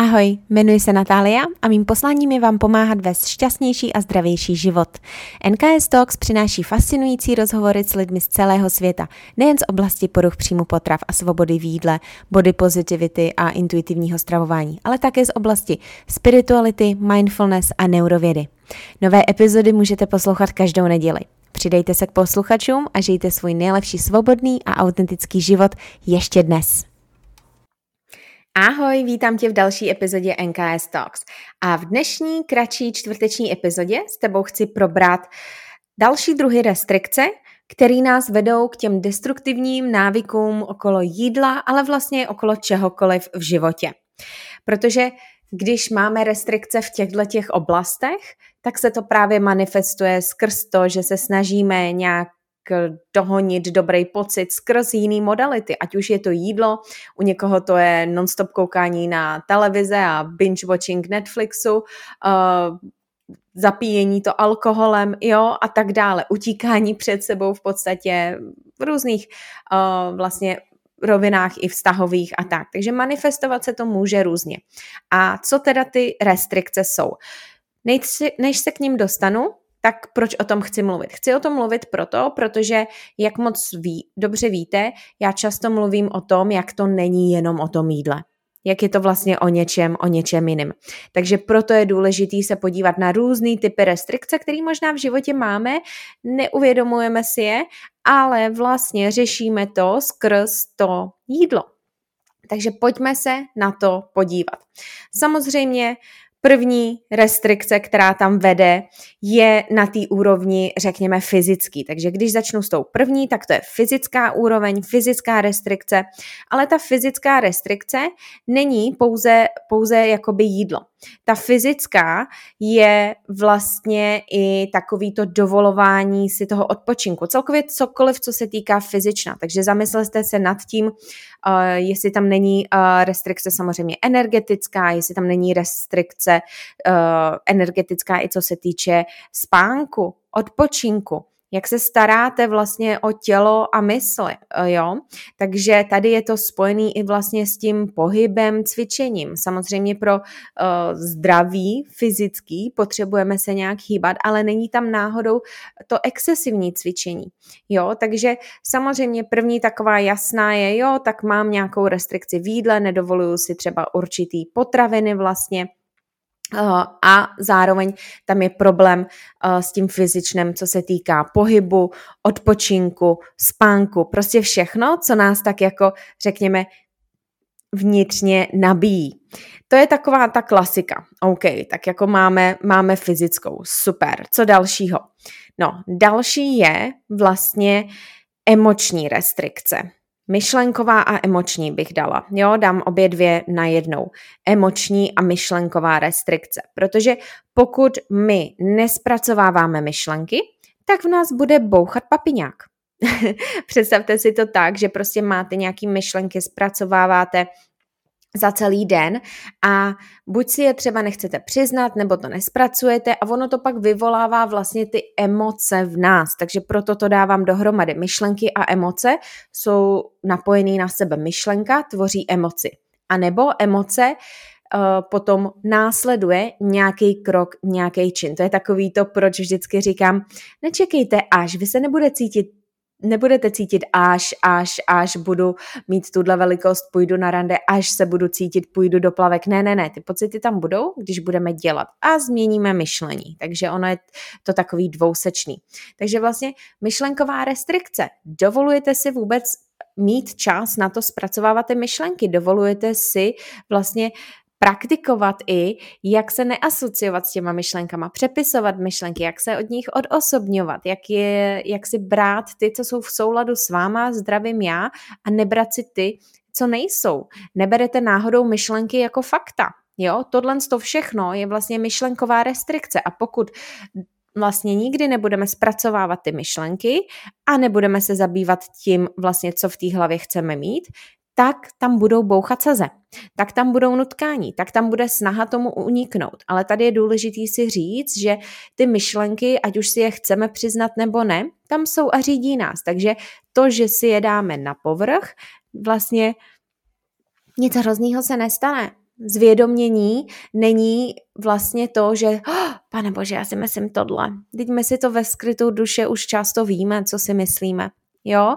Ahoj, jmenuji se Natália a mým posláním je vám pomáhat vést šťastnější a zdravější život. NKS Talks přináší fascinující rozhovory s lidmi z celého světa, nejen z oblasti poruch příjmu potrav a svobody v jídle, body positivity a intuitivního stravování, ale také z oblasti spirituality, mindfulness a neurovědy. Nové epizody můžete poslouchat každou neděli. Přidejte se k posluchačům a žijte svůj nejlepší svobodný a autentický život ještě dnes. Ahoj, vítám tě v další epizodě NKS Talks. A v dnešní kratší čtvrteční epizodě s tebou chci probrat další druhy restrikce, které nás vedou k těm destruktivním návykům okolo jídla, ale vlastně okolo čehokoliv v životě. Protože když máme restrikce v těchto oblastech, tak se to právě manifestuje skrz to, že se snažíme nějak dohonit dobrý pocit skrz jiný modality, ať už je to jídlo, u někoho to je non-stop koukání na televize a binge-watching Netflixu, zapíjení to alkoholem, jo, a tak dále, utíkání před sebou v podstatě v různých vlastně rovinách i vztahových a tak. Takže manifestovat se to může různě. A co teda ty restrikce jsou? Než se k ním dostanu, tak proč o tom chci mluvit? Chci o tom mluvit protože jak moc dobře víte, já často mluvím o tom, jak to není jenom o tom jídle. Jak je to vlastně o něčem jiným. Takže proto je důležité se podívat na různý typy restrikce, které možná v životě máme, neuvědomujeme si je, ale vlastně řešíme to skrz to jídlo. Takže pojďme se na to podívat. Samozřejmě první restrikce, která tam vede, je na té úrovni, řekněme, fyzický. Takže když začnu s tou první, tak to je fyzická úroveň, fyzická restrikce, ale ta fyzická restrikce není pouze jakoby jídlo. Ta fyzická je vlastně i takový to dovolování si toho odpočinku. Celkově cokoliv, co se týká fyzična. Takže zamyslete se nad tím, jestli tam není restrikce samozřejmě energetická, jestli tam není restrikce energetická i co se týče spánku, odpočinku. Jak se staráte vlastně o tělo a mysl, jo? Takže tady je to spojený i vlastně s tím pohybem, cvičením. Samozřejmě pro zdraví fyzický potřebujeme se nějak hýbat, ale není tam náhodou to excesivní cvičení, jo? Takže samozřejmě první taková jasná je, jo, tak mám nějakou restrikci v jídle, nedovoluju si třeba určitý potraviny vlastně, a zároveň tam je problém s tím fyzičnem, co se týká pohybu, odpočinku, spánku, prostě všechno, co nás tak jako, řekněme, vnitřně nabíjí. To je taková ta klasika. OK, tak jako máme fyzickou. Super. Co dalšího? No, další je vlastně emoční restrikce. Myšlenková a emoční bych dala. Jo, dám obě dvě najednou. Emoční a myšlenková restrikce. Protože pokud my nespracováváme myšlenky, tak v nás bude bouchat papiňák. Představte si to tak, že prostě máte nějaký myšlenky, zpracováváte za celý den a buď si je třeba nechcete přiznat, nebo to nespracujete a ono to pak vyvolává vlastně ty emoce v nás, takže proto to dávám dohromady. Myšlenky a emoce jsou napojený na sebe. Myšlenka tvoří emoci. A nebo emoce potom následuje nějaký krok, nějaký čin. To je takový to, proč vždycky říkám, nečekejte až, vy se nebudete cítit až budu mít tuhle velikost, půjdu na rande, až se budu cítit, půjdu do plavek. Ne, ty pocity tam budou, když budeme dělat a změníme myšlení. Takže ono je to takový dvousečný. Takže vlastně myšlenková restrikce. Dovolujete si vůbec mít čas na to zpracovávat ty myšlenky? Dovolujete si vlastně praktikovat i, jak se neasociovat s těma myšlenkama, přepisovat myšlenky, jak se od nich odosobňovat, jak si brát ty, co jsou v souladu s váma, zdravým já a nebrat si ty, co nejsou. Neberete náhodou myšlenky jako fakta. Jo? Tohle to všechno je vlastně myšlenková restrikce a pokud vlastně nikdy nebudeme zpracovávat ty myšlenky a nebudeme se zabývat tím vlastně, co v té hlavě chceme mít, tak tam budou bouchat saze, tak tam budou nutkání, tak tam bude snaha tomu uniknout. Ale tady je důležitý si říct, že ty myšlenky, ať už si je chceme přiznat nebo ne, tam jsou a řídí nás. Takže to, že si je dáme na povrch, vlastně nic hroznýho se nestane. zvědomění není vlastně to, že Pane Bože, já si myslím tohle. Teď my si to ve skrytu duše už často víme, co si myslíme. Jo,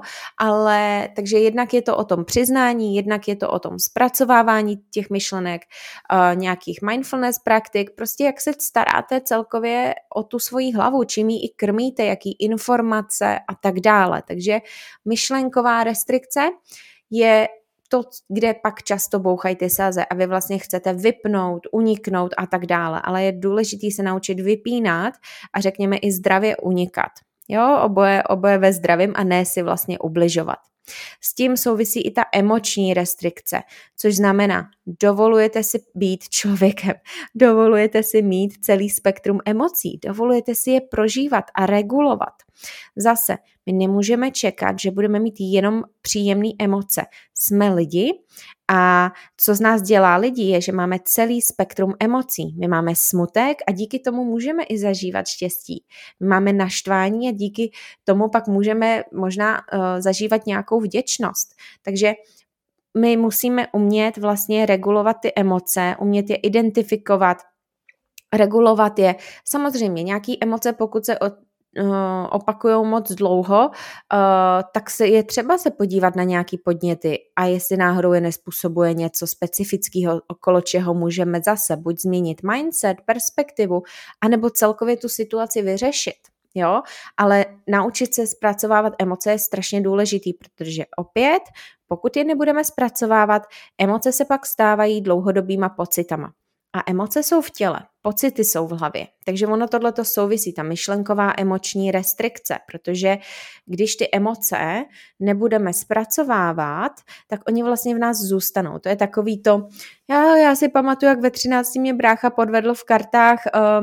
ale takže jednak je to o tom přiznání, jednak je to o tom zpracovávání těch myšlenek, nějakých mindfulness praktik, prostě jak se staráte celkově o tu svoji hlavu, čím ji i krmíte, jaký informace a tak dále. Takže myšlenková restrikce je to, kde pak často bouchají ty saze a vy vlastně chcete vypnout, uniknout a tak dále, ale je důležité se naučit vypínat a řekněme i zdravě unikat. Jo, oboje ve zdravím a ne si vlastně ubližovat. S tím souvisí i ta emoční restrikce, což znamená, dovolujete si být člověkem, dovolujete si mít celý spektrum emocí, dovolujete si je prožívat a regulovat. Zase, my nemůžeme čekat, že budeme mít jenom příjemné emoce. Jsme lidi a co z nás dělá lidi, je, že máme celý spektrum emocí. My máme smutek a díky tomu můžeme i zažívat štěstí. My máme naštvání a díky tomu pak můžeme možná zažívat nějakou vděčnost. Takže my musíme umět vlastně regulovat ty emoce, umět je identifikovat, regulovat je. Samozřejmě nějaké emoce, pokud se opakujou moc dlouho, tak je třeba se podívat na nějaký podněty a jestli náhodou je nespůsobuje něco specifického, okolo čeho můžeme zase buď změnit mindset, perspektivu, anebo celkově tu situaci vyřešit. Jo? Ale naučit se zpracovávat emoce je strašně důležitý, protože opět, pokud je nebudeme zpracovávat, emoce se pak stávají dlouhodobýma pocitama. A emoce jsou v těle, pocity jsou v hlavě. Takže ono tohleto souvisí, ta myšlenková emoční restrikce, protože když ty emoce nebudeme zpracovávat, tak oni vlastně v nás zůstanou. To je takový to, já si pamatuju, jak ve 13 mě brácha podvedl v kartách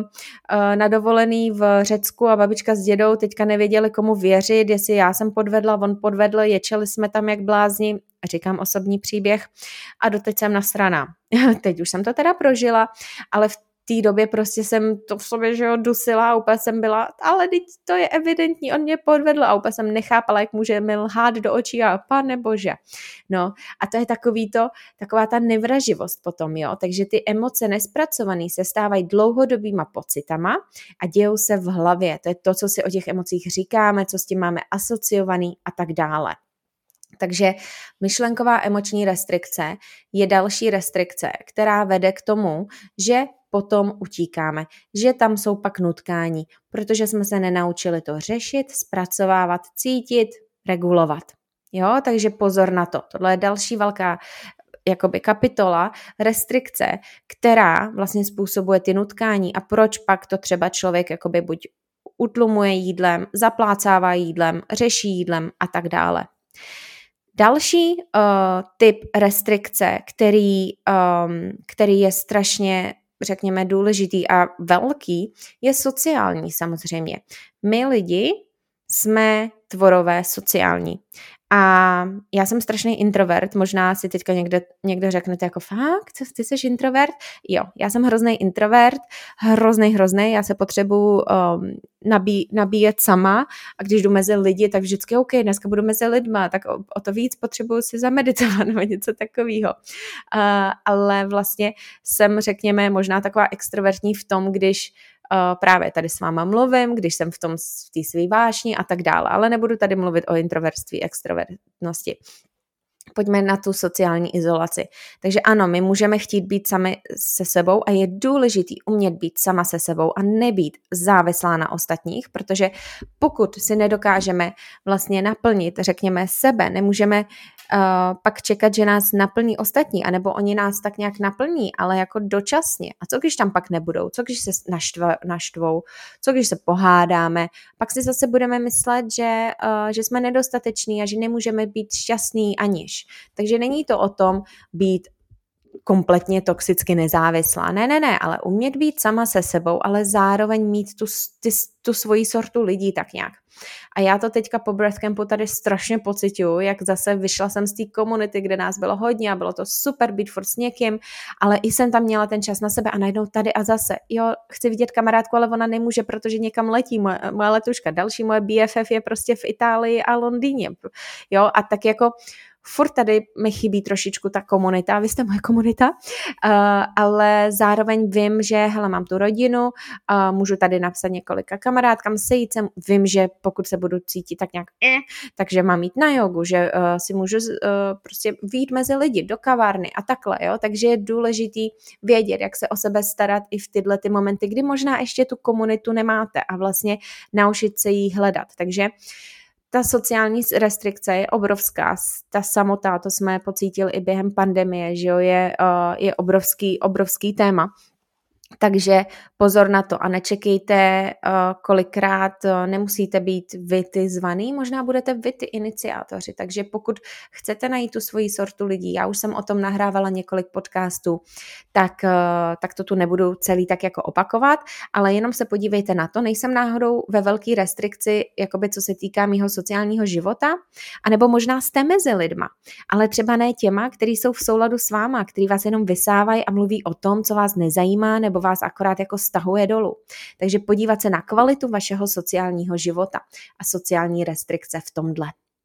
na dovolený v Řecku a babička s dědou teďka nevěděli, komu věřit, jestli já jsem podvedla, on podvedl, ječeli jsme tam jak blázni, říkám osobní příběh a doteď jsem nasraná. Teď už jsem to teda prožila, ale v té době prostě jsem to v sobě, že jo, dusila a úplně jsem byla, ale teď to je evidentní, on mě podvedl a úplně jsem nechápala, jak může mi lhát do očí a Pane Bože. No a to je taková ta nevraživost potom, jo, takže ty emoce nespracované se stávají dlouhodobýma pocitama a dějou se v hlavě, to je to, co si o těch emocích říkáme, co s tím máme asociovaný a tak dále. Takže myšlenková emoční restrikce je další restrikce, která vede k tomu, že potom utíkáme, že tam jsou pak nutkání, protože jsme se nenaučili to řešit, zpracovávat, cítit, regulovat. Jo, takže pozor na to. Tohle je další velká jakoby kapitola restrikce, která vlastně způsobuje ty nutkání a proč pak to třeba člověk jakoby buď utlumuje jídlem, zaplácává jídlem, řeší jídlem a tak dále. Další typ restrikce, který je strašně, řekněme, důležitý a velký, je sociální samozřejmě. My lidi jsme tvorové sociální. A já jsem strašný introvert, možná si teďka někdo řeknete jako fakt, ty jsi introvert? Jo, já jsem hrozný introvert, hrozný, já se potřebuji nabíjet sama a když jdu mezi lidi, tak vždycky OK, dneska budu mezi lidma, tak o to víc potřebuji si zameditovat nebo něco takového. Ale vlastně jsem, řekněme, možná taková extrovertní v tom, když právě tady s váma mluvím, když jsem v té své vášni a tak dále, ale nebudu tady mluvit o introvertství, extrovertnosti. Pojďme na tu sociální izolaci. Takže ano, my můžeme chtít být sami se sebou a je důležitý umět být sama se sebou a nebýt závislá na ostatních, protože pokud si nedokážeme vlastně naplnit, řekněme, sebe, nemůžeme pak čekat, že nás naplní ostatní, anebo oni nás tak nějak naplní, ale jako dočasně. A co když tam pak nebudou? Co když se naštvou? Co když se pohádáme? Pak si zase budeme myslet, že jsme nedostateční a že nemůžeme být šťastní aniž. Takže není to o tom být kompletně toxicky nezávislá. Ne, ale umět být sama se sebou, ale zároveň mít tu svoji sortu lidí tak nějak. A já to teďka po Breathcampu tady strašně pociťuju, jak zase vyšla jsem z té komunity, kde nás bylo hodně a bylo to super být furt s někým, ale i jsem tam měla ten čas na sebe a najednou tady a zase, jo, chci vidět kamarádku, ale ona nemůže, protože někam letí moje letuška. Další moje BFF je prostě v Itálii a Londýně, jo, a tak jako furt tady mi chybí trošičku ta komunita, vy jste moje komunita, ale zároveň vím, že hele, mám tu rodinu, můžu tady napsat několika kamarádkám, sejít se, vím, že pokud se budu cítit tak nějak takže mám jít na jogu, že si můžu prostě vyjít mezi lidi do kavárny a takhle, jo, takže je důležitý vědět, jak se o sebe starat i v tyhle ty momenty, kdy možná ještě tu komunitu nemáte a vlastně naučit se jí hledat, takže ta sociální restrikce je obrovská, ta samota, to jsme pocítili i během pandemie, že jo, je obrovský téma. Takže pozor na to a nečekejte, kolikrát nemusíte být vy ty zvaný, možná budete vy ty iniciátoři, takže pokud chcete najít tu svoji sortu lidí, já už jsem o tom nahrávala několik podcastů, tak to tu nebudu celý tak jako opakovat, ale jenom se podívejte na to, nejsem náhodou ve velké restrikci, jakoby co se týká mýho sociálního života, anebo možná jste mezi lidma, ale třeba ne těma, kteří jsou v souladu s váma, kteří vás jenom vysávají a mluví o tom, co vás nezajímá, nebo vás akorát jako stahuje dolů. Takže podívat se na kvalitu vašeho sociálního života a sociální restrikce v tomhle.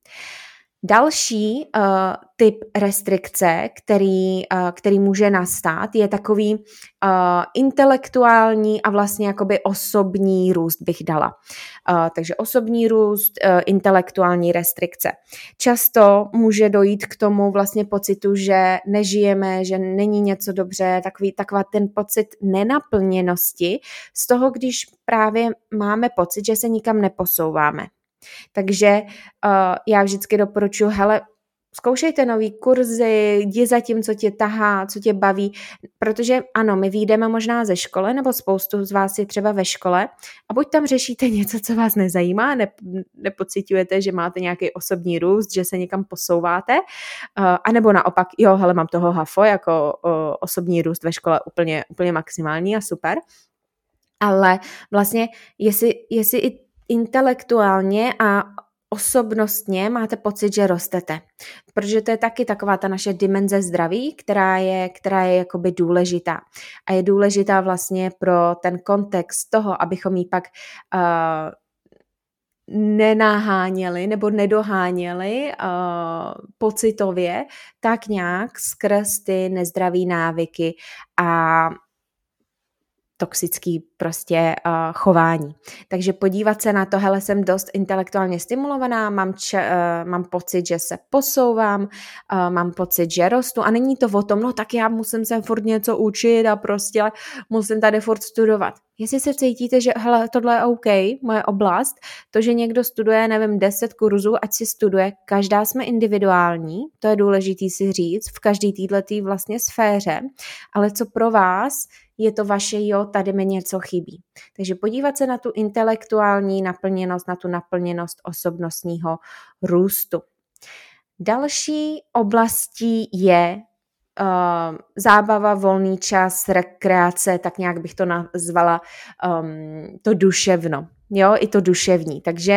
Další typ restrikce, který může nastat, je takový intelektuální a vlastně jakoby osobní růst bych dala. Takže osobní růst, intelektuální restrikce. Často může dojít k tomu vlastně pocitu, že nežijeme, že není něco dobře, taková ten pocit nenaplněnosti z toho, když právě máme pocit, že se nikam neposouváme. Takže já vždycky doporučuji, hele, zkoušejte nový kurzy, jdi za tím, co tě tahá, co tě baví, protože ano, my vyjdeme možná ze školy, nebo spoustu z vás je třeba ve škole a buď tam řešíte něco, co vás nezajímá, nepociťujete, že máte nějaký osobní růst, že se někam posouváte, anebo naopak, jo, hele, mám toho hafo, jako osobní růst ve škole úplně maximální a super, ale vlastně jestli i intelektuálně a osobnostně máte pocit, že rostete. Protože to je taky taková ta naše dimenze zdraví, která je jakoby důležitá. A je důležitá vlastně pro ten kontext toho, abychom ji pak nenaháněli nebo nedoháněli pocitově, tak nějak skrz ty nezdraví návyky a toxický prostě chování. Takže podívat se na to, hele, jsem dost intelektuálně stimulovaná, mám pocit, že se posouvám, mám pocit, že rostu a není to o tom, no tak já musím se furt něco učit a prostě musím tady furt studovat. Jestli se cítíte, že hele, tohle je OK, moje oblast, to, že někdo studuje, nevím, 10 kurzů, ať si studuje, každá jsme individuální, to je důležitý si říct, v každý této vlastně sféře, ale co pro vás je to vaše, jo, tady mi něco chybí. Takže podívat se na tu intelektuální naplněnost, na tu naplněnost osobnostního růstu. Další oblastí je zábava, volný čas, rekreace, tak nějak bych to nazvala to duševno, jo, i to duševní. Takže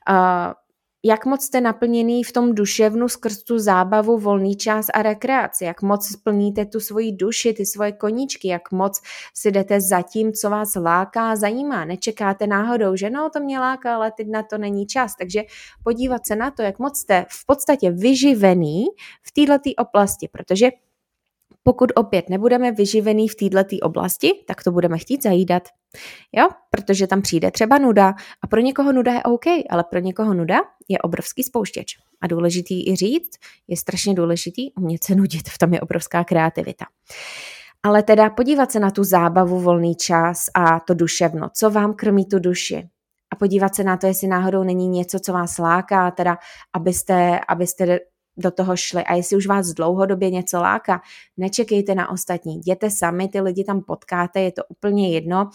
jak moc jste naplněný v tom duševnu skrz tu zábavu, volný čas a rekreaci, jak moc splníte tu svoji duši, ty svoje koníčky, jak moc si jdete za tím, co vás láká a zajímá. Nečekáte náhodou, že no, to mě láká, ale teď na to není čas. Takže podívat se na to, jak moc jste v podstatě vyživený v této oblasti, protože pokud opět nebudeme vyživený v této oblasti, tak to budeme chtít zajídat. Jo, protože tam přijde třeba nuda a pro někoho nuda je OK, ale pro někoho nuda je obrovský spouštěč. A důležitý i říct, je strašně důležitý umět se nudit, v tom je obrovská kreativita. Ale teda podívat se na tu zábavu, volný čas a to duševno, co vám krmí tu duši. A podívat se na to, jestli náhodou není něco, co vás láká, teda abyste do toho šli. A jestli už vás dlouhodobě něco láká, nečekejte na ostatní. Jděte sami, ty lidi tam potkáte, je to úplně jedno.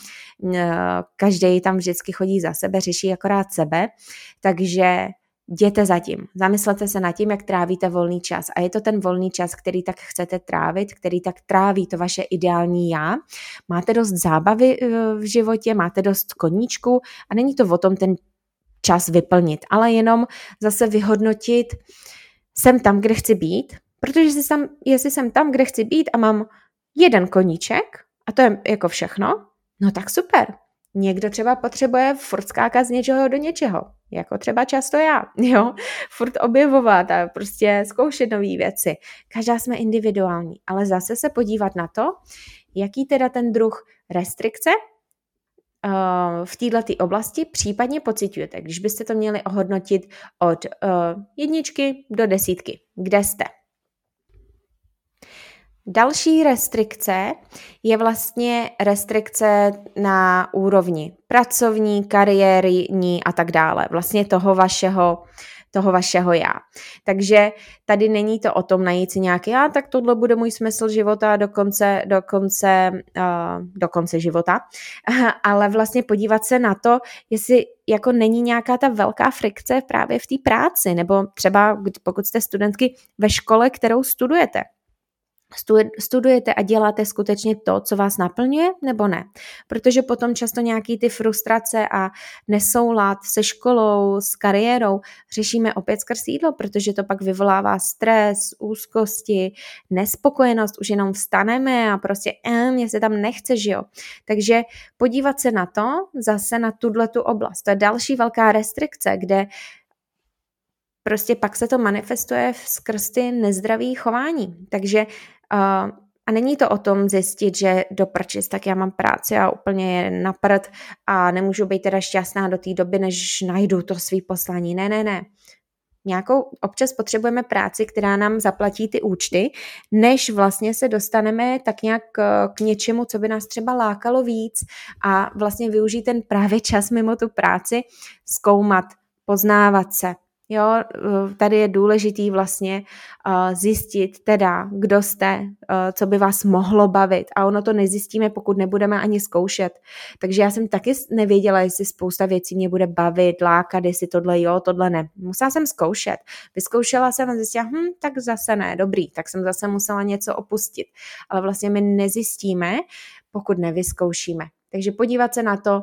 Každý tam vždycky chodí za sebe, řeší akorát sebe. Takže jděte za tím. Zamyslete se nad tím, jak trávíte volný čas. A je to ten volný čas, který tak chcete trávit, který tak tráví to vaše ideální já. Máte dost zábavy v životě, máte dost koníčků a není to o tom ten čas vyplnit, ale jenom zase vyhodnotit, jsem tam, kde chci být, protože jestli jsem tam, kde chci být a mám jeden koníček a to je jako všechno, no tak super. Někdo třeba potřebuje furt skákat z něčeho do něčeho, jako třeba často já, jo, furt objevovat a prostě zkoušet nové věci. Každá jsme individuální, ale zase se podívat na to, jaký teda ten druh restrikce v této oblasti případně pociťujete, když byste to měli ohodnotit od 1 do 10, kde jste. Další restrikce je vlastně restrikce na úrovni pracovní, kariérní a tak dále. Vlastně toho vašeho já. Takže tady není to o tom najít si nějaký, tak tohle bude můj smysl života do konce života, ale vlastně podívat se na to, jestli jako není nějaká ta velká frikce právě v té práci, nebo třeba pokud jste studentky ve škole, kterou studujete. Studujete a děláte skutečně to, co vás naplňuje, nebo ne? Protože potom často nějaký ty frustrace a nesoulad se školou, s kariérou řešíme opět skrz jídlo, protože to pak vyvolává stres, úzkosti, nespokojenost, už jenom vstaneme a prostě mě se tam nechce, že jo? Takže podívat se na to, zase na tu oblast. To je další velká restrikce, kde prostě pak se to manifestuje skrz ty nezdravý chování. Takže a není to o tom zjistit, že do prčic, tak já mám práci a úplně je na prd a nemůžu být teda šťastná do té doby, než najdu to svý poslání. Ne. Občas potřebujeme práci, která nám zaplatí ty účty, než vlastně se dostaneme tak nějak k něčemu, co by nás třeba lákalo víc a vlastně využít ten právě čas mimo tu práci, zkoumat, poznávat se. Jo, tady je důležitý vlastně zjistit teda, kdo jste, co by vás mohlo bavit a ono to nezjistíme, pokud nebudeme ani zkoušet. Takže já jsem taky nevěděla, jestli spousta věcí mě bude bavit, lákat, jestli tohle jo, tohle ne. Musela jsem zkoušet. Vyzkoušela jsem a zjistila, tak zase ne, dobrý, tak jsem zase musela něco opustit. Ale vlastně my nezjistíme, pokud nevyzkoušíme. Takže podívat se na to,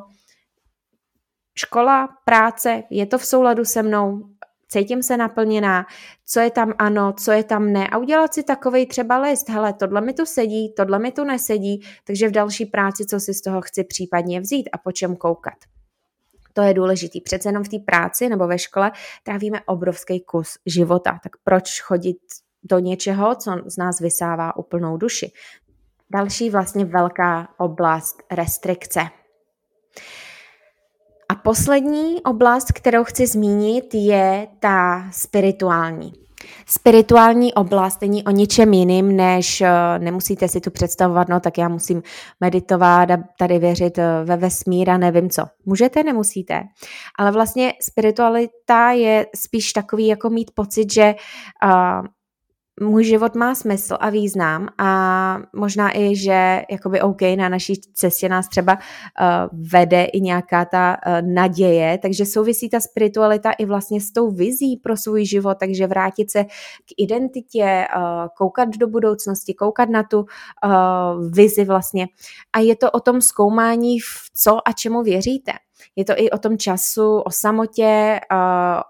škola, práce, je to v souladu se mnou, cítím se naplněná, co je tam ano, co je tam ne a udělat si takovej třeba list, hele, tohle mi tu sedí, tohle mi tu nesedí, takže v další práci, co si z toho chci případně vzít a po čem koukat. To je důležitý. Přece jenom v té práci nebo ve škole trávíme obrovský kus života, tak proč chodit do něčeho, co z nás vysává úplnou duši. Další vlastně velká oblast restrikce. A poslední oblast, kterou chci zmínit, je ta spirituální. Spirituální oblast není o ničem jiným, než nemusíte si tu představovat, tak já musím meditovat a tady věřit ve vesmír a nevím co. Můžete, nemusíte. Ale vlastně spiritualita je spíš takový, jako mít pocit, že můj život má smysl a význam a možná i, že jakoby OK, na naší cestě nás třeba vede i nějaká ta naděje, takže souvisí ta spiritualita i vlastně s tou vizí pro svůj život, takže vrátit se k identitě, koukat do budoucnosti, koukat na tu vizi vlastně a je to o tom zkoumání, v co a čemu věříte. Je to i o tom času, o samotě, o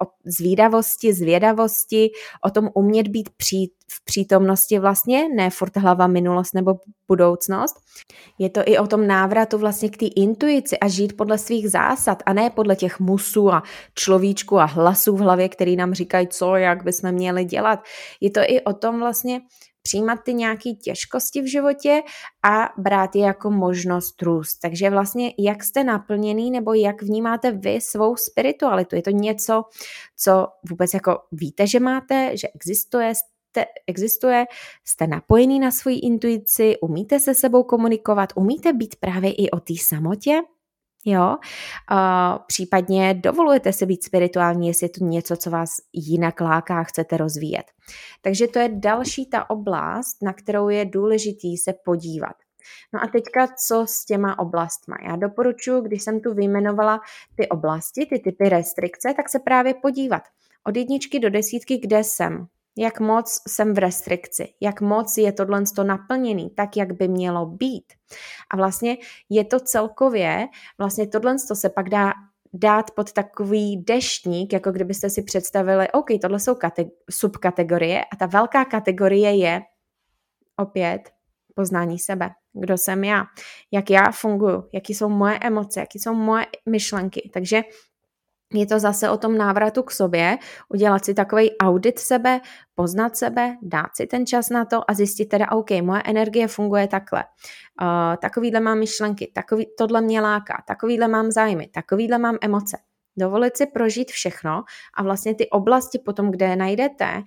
zvědavosti, o tom umět být v přítomnosti vlastně, ne furt hlava minulost nebo budoucnost. Je to i o tom návratu vlastně k té intuici a žít podle svých zásad a ne podle těch musů a človíčků a hlasů v hlavě, který nám říkají, co, jak bychom měli dělat. Je to i o tom vlastně přijímat ty nějaké těžkosti v životě a brát je jako možnost růst. Takže vlastně jak jste naplněný nebo jak vnímáte vy svou spiritualitu. Je to něco, co vůbec jako víte, že máte, že existuje, jste napojený na svoji intuici, umíte se sebou komunikovat, umíte být právě i o té samotě, jo, případně dovolujete si být spirituální, jestli je to něco, co vás jinak láká, chcete rozvíjet. Takže to je další ta oblast, na kterou je důležitý se podívat. No a teďka co s těma oblastma? Já doporučuji, když jsem tu vyjmenovala ty oblasti, ty typy restrikce, tak se právě podívat od 1 do 10, kde jsem. Jak moc jsem v restrikci, jak moc je tohle naplněný, tak jak by mělo být. A vlastně je to celkově, vlastně tohle se pak dá dát pod takový deštník, jako kdybyste si představili, OK, tohle jsou subkategorie a ta velká kategorie je opět poznání sebe, kdo jsem já, jak já funguju, jaký jsou moje emoce, jaký jsou moje myšlenky. Takže je to zase o tom návratu k sobě, udělat si takový audit sebe, poznat sebe, dát si ten čas na to a zjistit teda, OK, moje energie funguje takhle. Takovýhle mám myšlenky, tohle mě láká, takovýhle mám zájmy, takovýhle mám emoce. Dovolit si prožít všechno a vlastně ty oblasti potom, kde najdete,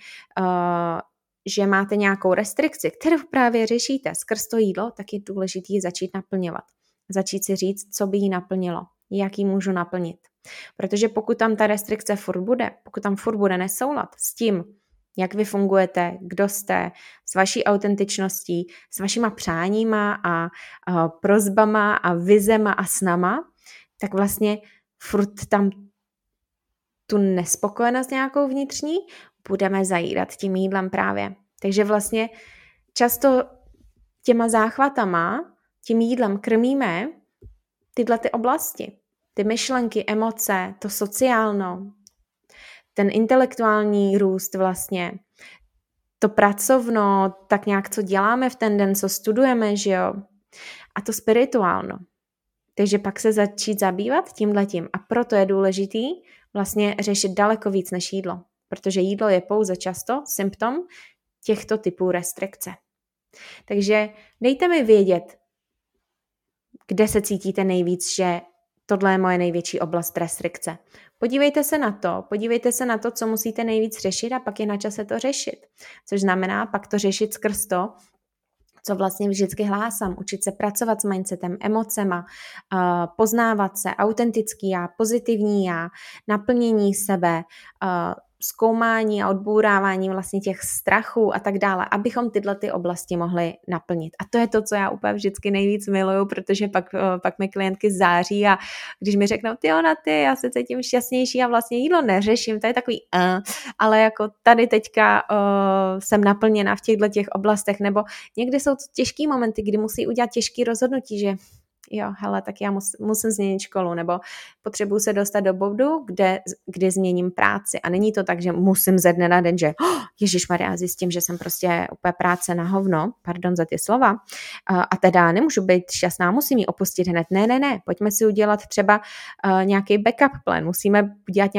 že máte nějakou restrikci, kterou právě řešíte skrz to jídlo, tak je důležité ji začít naplňovat. Začít si říct, co by jí naplnilo, jak ji můžu naplnit. Protože pokud tam ta restrikce furt bude, pokud tam furt bude nesoulad s tím, jak vy fungujete, kdo jste, s vaší autentičností, s vašima přáníma a prosbama a vizema a snama, tak vlastně furt tam tu nespokojenost nějakou vnitřní budeme zajírat tím jídlem právě. Takže vlastně často těma záchvatama, tím jídlem krmíme tyhle ty oblasti. Ty myšlenky, emoce, to sociálno, ten intelektuální růst vlastně, to pracovno, tak nějak co děláme v ten den, co studujeme, že jo? A to spirituálno. Takže pak se začít zabývat tímhletím. A proto je důležitý vlastně řešit daleko víc než jídlo. Protože jídlo je pouze často symptom těchto typů restrikce. Takže dejte mi vědět, kde se cítíte nejvíc, že tohle je moje největší oblast restrikce. Podívejte se na to, co musíte nejvíc řešit a pak je na čase to řešit. Což znamená pak to řešit skrz to, co vlastně vždycky hlásám. Učit se pracovat s mindsetem, emocema, poznávat se, autentický já, pozitivní já, naplnění sebe, zkoumání a odbourávání vlastně těch strachů a tak dále, abychom tyhle ty oblasti mohli naplnit. A to je to, co já úplně vždycky nejvíc miluju, protože pak mi klientky září a když mi řeknou, já se cítím šťastnější a vlastně jídlo neřeším, to je takový ale jako tady teďka jsem naplněna v těch oblastech, nebo někdy jsou to těžký momenty, kdy musí udělat těžký rozhodnutí, že tak já musím změnit školu, nebo potřebuji se dostat do bodu, kde změním práci. A není to tak, že musím ze dne na den, že ježišmarja, zjistím, že jsem prostě úplně práce na hovno, pardon za ty slova, a teda nemůžu být šťastná, musím ji opustit hned. Ne, pojďme si udělat třeba nějaký backup plan, musíme udělat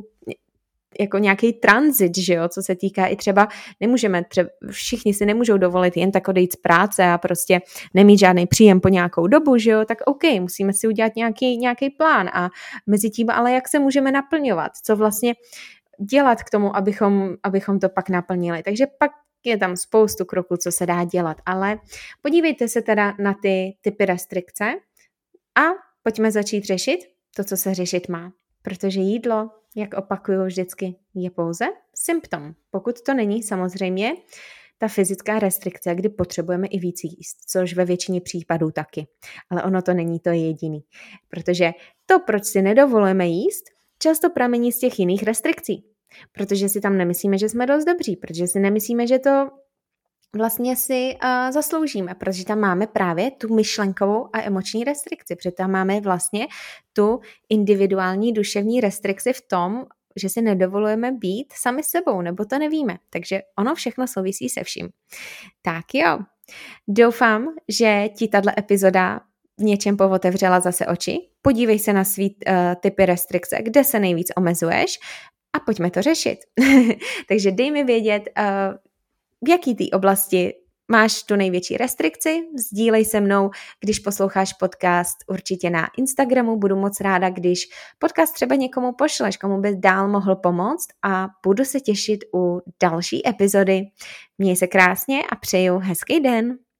nějaký tranzit, že jo, co se týká i třeba všichni si nemůžou dovolit jen tak odejít z práce a prostě nemít žádný příjem po nějakou dobu, že jo, tak OK, musíme si udělat nějaký plán a mezi tím, ale jak se můžeme naplňovat, co vlastně dělat k tomu, abychom to pak naplnili. Takže pak je tam spoustu kroků, co se dá dělat, ale podívejte se teda na ty typy restrikce a pojďme začít řešit to, co se řešit má. Protože jídlo, jak opakuju vždycky, je pouze symptom. Pokud to není samozřejmě ta fyzická restrikce, kdy potřebujeme i víc jíst, což ve většině případů taky. Ale ono to není to jediný. Protože to, proč si nedovolujeme jíst, často pramení z těch jiných restrikcí. Protože si tam nemyslíme, že jsme dost dobří, protože si nemyslíme, že to vlastně si zasloužíme, protože tam máme právě tu myšlenkovou a emoční restrikci, protože tam máme vlastně tu individuální duševní restrikci v tom, že si nedovolujeme být sami sebou, nebo to nevíme. Takže ono všechno souvisí se vším. Tak jo, doufám, že ti tato epizoda v něčem povotevřela zase oči. Podívej se na svý typy restrikce, kde se nejvíc omezuješ a pojďme to řešit. Takže dej mi vědět, v jaký té oblasti máš tu největší restrikci, sdílej se mnou, když posloucháš podcast určitě na Instagramu, budu moc ráda, když podcast třeba někomu pošleš, komu by dál mohl pomoct a budu se těšit u další epizody. Měj se krásně a přeju hezký den.